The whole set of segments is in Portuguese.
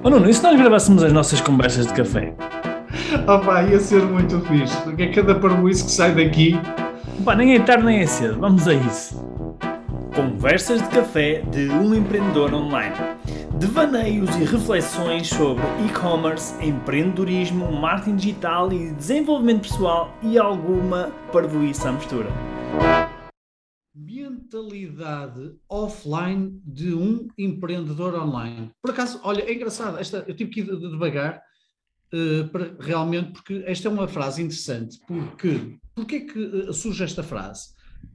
Oh Nuno, e se nós gravássemos as nossas conversas de café? Pá, ia ser muito fixe, porque é cada parboice que sai daqui. Pá, nem é tarde nem é cedo, vamos a isso. Conversas de café de um empreendedor online. Devaneios e reflexões sobre e-commerce, empreendedorismo, marketing digital e desenvolvimento pessoal e alguma parvoíce à mistura. Mentalidade offline de um empreendedor online. Por acaso, olha, é engraçado, eu tive que ir devagar, realmente, porque esta é uma frase interessante. Porquê que surge esta frase?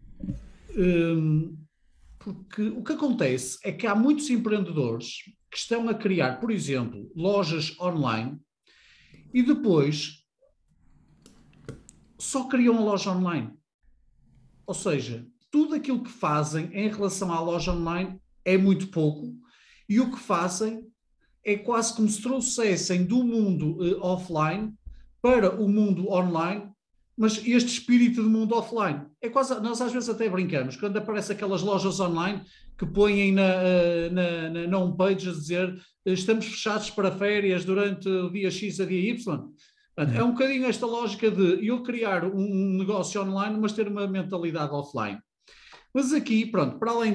Porque o que acontece é que há muitos empreendedores que estão a criar, por exemplo, lojas online e depois só criam a loja online. Ou seja, tudo aquilo que fazem em relação à loja online é muito pouco e o que fazem é quase como se trouxessem do mundo offline para o mundo online, mas este espírito do mundo offline. É quase, nós às vezes até brincamos, quando aparecem aquelas lojas online que põem na homepage a dizer estamos fechados para férias durante o dia X a dia Y. É um bocadinho esta lógica de eu criar um negócio online, mas ter uma mentalidade offline. Mas aqui, pronto, para além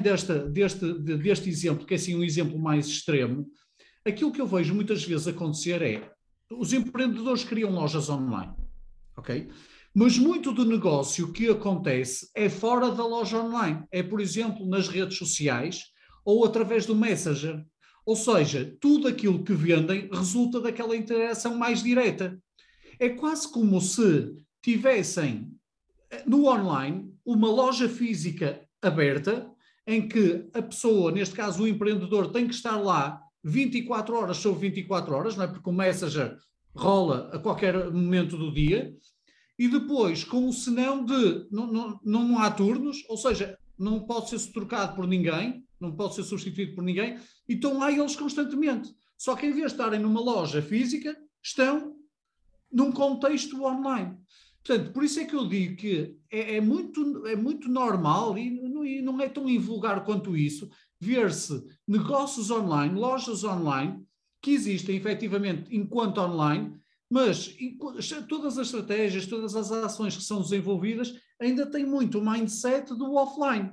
deste exemplo, que é assim um exemplo mais extremo, aquilo que eu vejo muitas vezes acontecer é os empreendedores criam lojas online, ok? Mas muito do negócio que acontece é fora da loja online. É, por exemplo, nas redes sociais ou através do Messenger. Ou seja, tudo aquilo que vendem resulta daquela interação mais direta. É quase como se tivessem no online uma loja física aberta em que a pessoa, neste caso o empreendedor, tem que estar lá 24 horas sobre 24 horas, não é? Porque o Messenger rola a qualquer momento do dia, e depois com o senão de não há turnos, ou seja, não pode ser trocado por ninguém, não pode ser substituído por ninguém, e estão lá eles constantemente. Só que em vez de estarem numa loja física, estão num contexto online. Portanto, por isso é que eu digo que é muito normal e não é tão invulgar quanto isso, ver-se negócios online, lojas online, que existem efetivamente enquanto online, mas todas as estratégias, todas as ações que são desenvolvidas ainda têm muito o mindset do offline.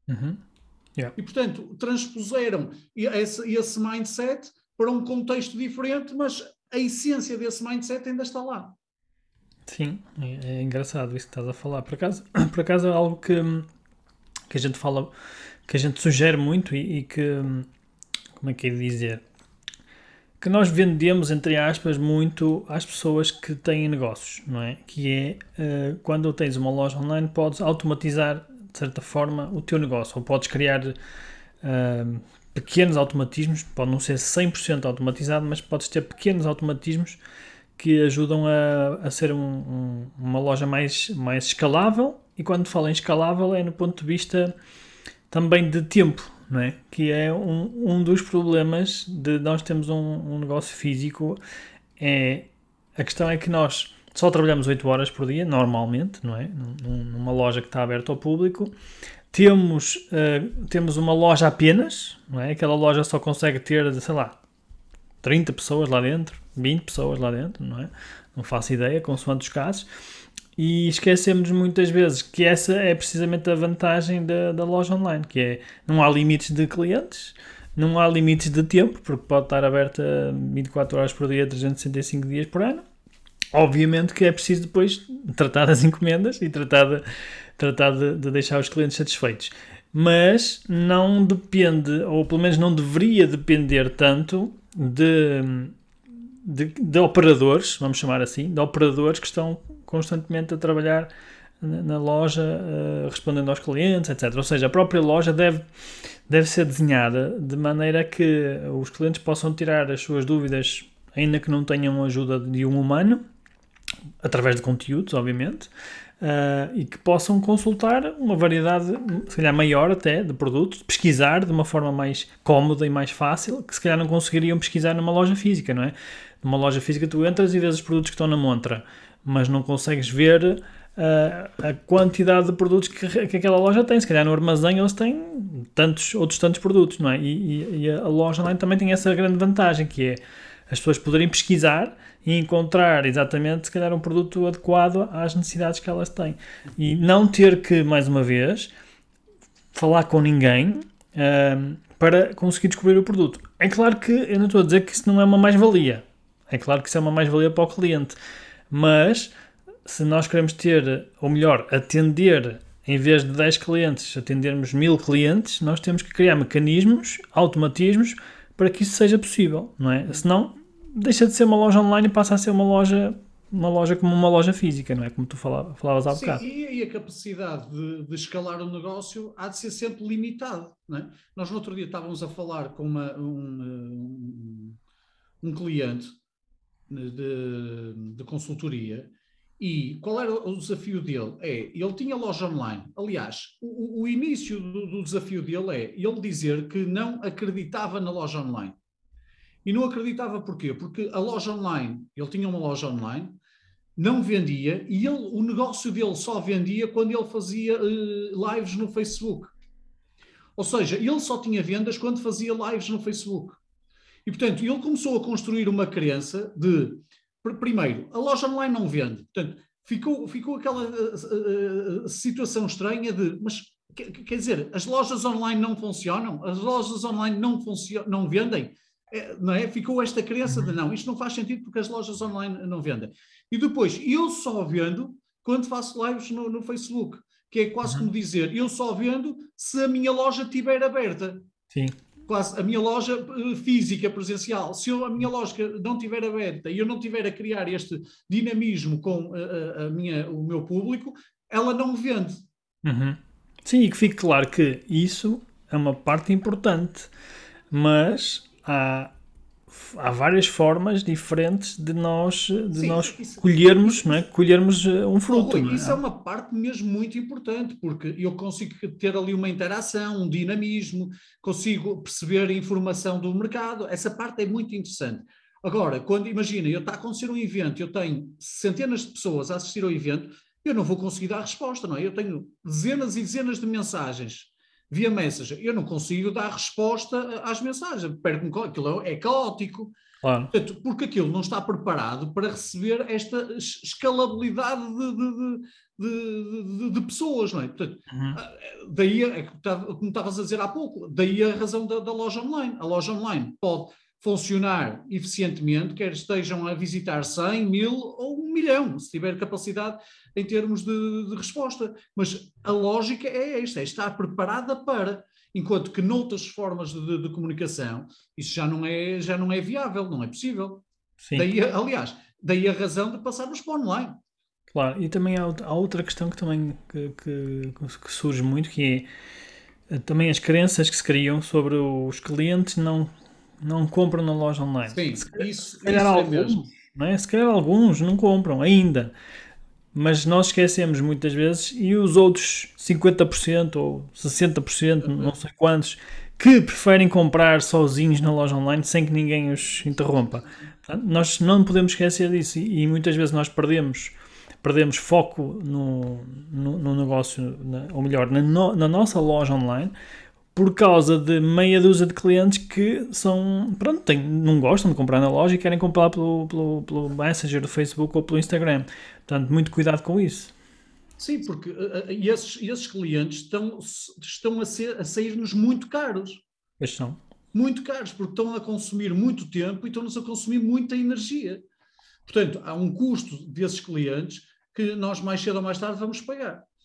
Yeah. E, portanto, transpuseram esse mindset para um contexto diferente, mas a essência desse mindset ainda está lá. Sim, é engraçado isso que estás a falar. Por acaso é algo que a gente fala, que a gente sugere muito e que, como é que é de dizer? Que nós vendemos, entre aspas, muito às pessoas que têm negócios, não é? Que é, quando tens uma loja online, podes automatizar, de certa forma, o teu negócio. Ou podes criar pequenos automatismos, pode não ser 100% automatizado, mas podes ter pequenos automatismos que ajudam a ser uma loja mais escalável. E quando falo em escalável é no ponto de vista também de tempo, não é? Que é um dos problemas de nós termos um negócio físico. A questão é que nós só trabalhamos 8 horas por dia, normalmente, não é? Numa loja que está aberta ao público. Temos uma loja apenas, não é? Aquela loja só consegue ter, sei lá, 30 pessoas lá dentro, 20 pessoas lá dentro, não é? Não faço ideia, consoante os casos. E esquecemos muitas vezes que essa é precisamente a vantagem da loja online, que é, não há limites de clientes, não há limites de tempo, porque pode estar aberta 24 horas por dia, 365 dias por ano. Obviamente que é preciso depois tratar das encomendas e tratar de deixar os clientes satisfeitos. Mas não depende, ou pelo menos não deveria depender tanto de operadores, vamos chamar assim, de operadores que estão constantemente a trabalhar na loja, respondendo aos clientes, etc. Ou seja, a própria loja deve ser desenhada de maneira que os clientes possam tirar as suas dúvidas, ainda que não tenham a ajuda de um humano, através de conteúdos, obviamente, e que possam consultar uma variedade, se calhar maior até, de produtos, pesquisar de uma forma mais cómoda e mais fácil, que se calhar não conseguiriam pesquisar numa loja física, não é? Numa loja física tu entras e vês os produtos que estão na montra, mas não consegues ver a quantidade de produtos que aquela loja tem. Se calhar no armazém eles têm outros tantos produtos, não é? E a loja online também tem essa grande vantagem, que é as pessoas poderem pesquisar e encontrar exatamente, se calhar, um produto adequado às necessidades que elas têm. E não ter que, mais uma vez, falar com ninguém para conseguir descobrir o produto. É claro que eu não estou a dizer que isso não é uma mais-valia. É claro que isso é uma mais-valia para o cliente. Mas, se nós queremos ter, ou melhor, atender, em vez de 10 clientes, atendermos 1000 clientes, nós temos que criar mecanismos, automatismos, para que isso seja possível, não é? Senão, deixa de ser uma loja online e passa a ser uma loja como uma loja física, não é? Como tu falavas há bocado. Sim, e a capacidade de escalar o negócio há de ser sempre limitada, não é? Nós no outro dia estávamos a falar com um cliente de consultoria. E qual era o desafio dele? Ele tinha loja online. Aliás, o início do desafio dele é ele dizer que não acreditava na loja online. E não acreditava porquê? Porque a loja online, ele tinha uma loja online, não vendia, e o negócio dele só vendia quando ele fazia lives no Facebook. Ou seja, ele só tinha vendas quando fazia lives no Facebook. E, portanto, ele começou a construir uma crença de, primeiro, a loja online não vende. Portanto, ficou aquela situação estranha de, mas, quer dizer, as lojas online não funcionam? As lojas online não vendem? Não é? Ficou esta crença de, não, isto não faz sentido porque as lojas online não vendem. E depois, eu só vendo quando faço lives no Facebook, que é quase como dizer, eu só vendo se a minha loja estiver aberta. Sim. Quase a minha loja física, presencial, se a minha loja não estiver aberta e eu não estiver a criar este dinamismo com o meu público, ela não vende. Sim, e que fique claro que isso é uma parte importante, mas há várias formas diferentes de nós colhermos, não é? Colhermos um fruto. Rui, isso é uma parte mesmo muito importante, porque eu consigo ter ali uma interação, um dinamismo, consigo perceber a informação do mercado, essa parte é muito interessante. Agora, quando imagina, está a acontecer um evento, eu tenho centenas de pessoas a assistir ao evento, eu não vou conseguir dar resposta, não é? Eu tenho dezenas e dezenas de mensagens via Messenger, eu não consigo dar resposta às mensagens, aquilo é caótico. Claro. Portanto, porque aquilo não está preparado para receber esta escalabilidade de pessoas, não é? Portanto, daí, como estavas a dizer há pouco, daí a razão da loja online. A loja online pode funcionar eficientemente, quer estejam a visitar 100, 1000 ou 1 milhão, se tiver capacidade em termos de resposta. Mas a lógica é esta, é estar preparada para... Enquanto que noutras formas de comunicação isso já não é viável, não é possível. Sim. Daí a razão de passarmos para online. Claro, e também há outra questão que também que surge muito, que é também as crenças que se criam sobre os clientes não compram na loja online. Sim, se calhar alguns, não é? Se calhar alguns não compram ainda. Mas nós esquecemos muitas vezes, e os outros 50% ou 60%, não sei quantos, que preferem comprar sozinhos na loja online sem que ninguém os interrompa. Nós não podemos esquecer disso, e muitas vezes nós perdemos foco no negócio, ou melhor, na nossa loja online, por causa de meia dúzia de clientes que não gostam de comprar na loja e querem comprar pelo Messenger do Facebook ou pelo Instagram. Portanto, muito cuidado com isso. Sim, porque esses clientes estão a sair-nos muito caros. Pois são. Muito caros, porque estão a consumir muito tempo e estão-nos a consumir muita energia. Portanto, há um custo desses clientes que nós mais cedo ou mais tarde vamos pagar.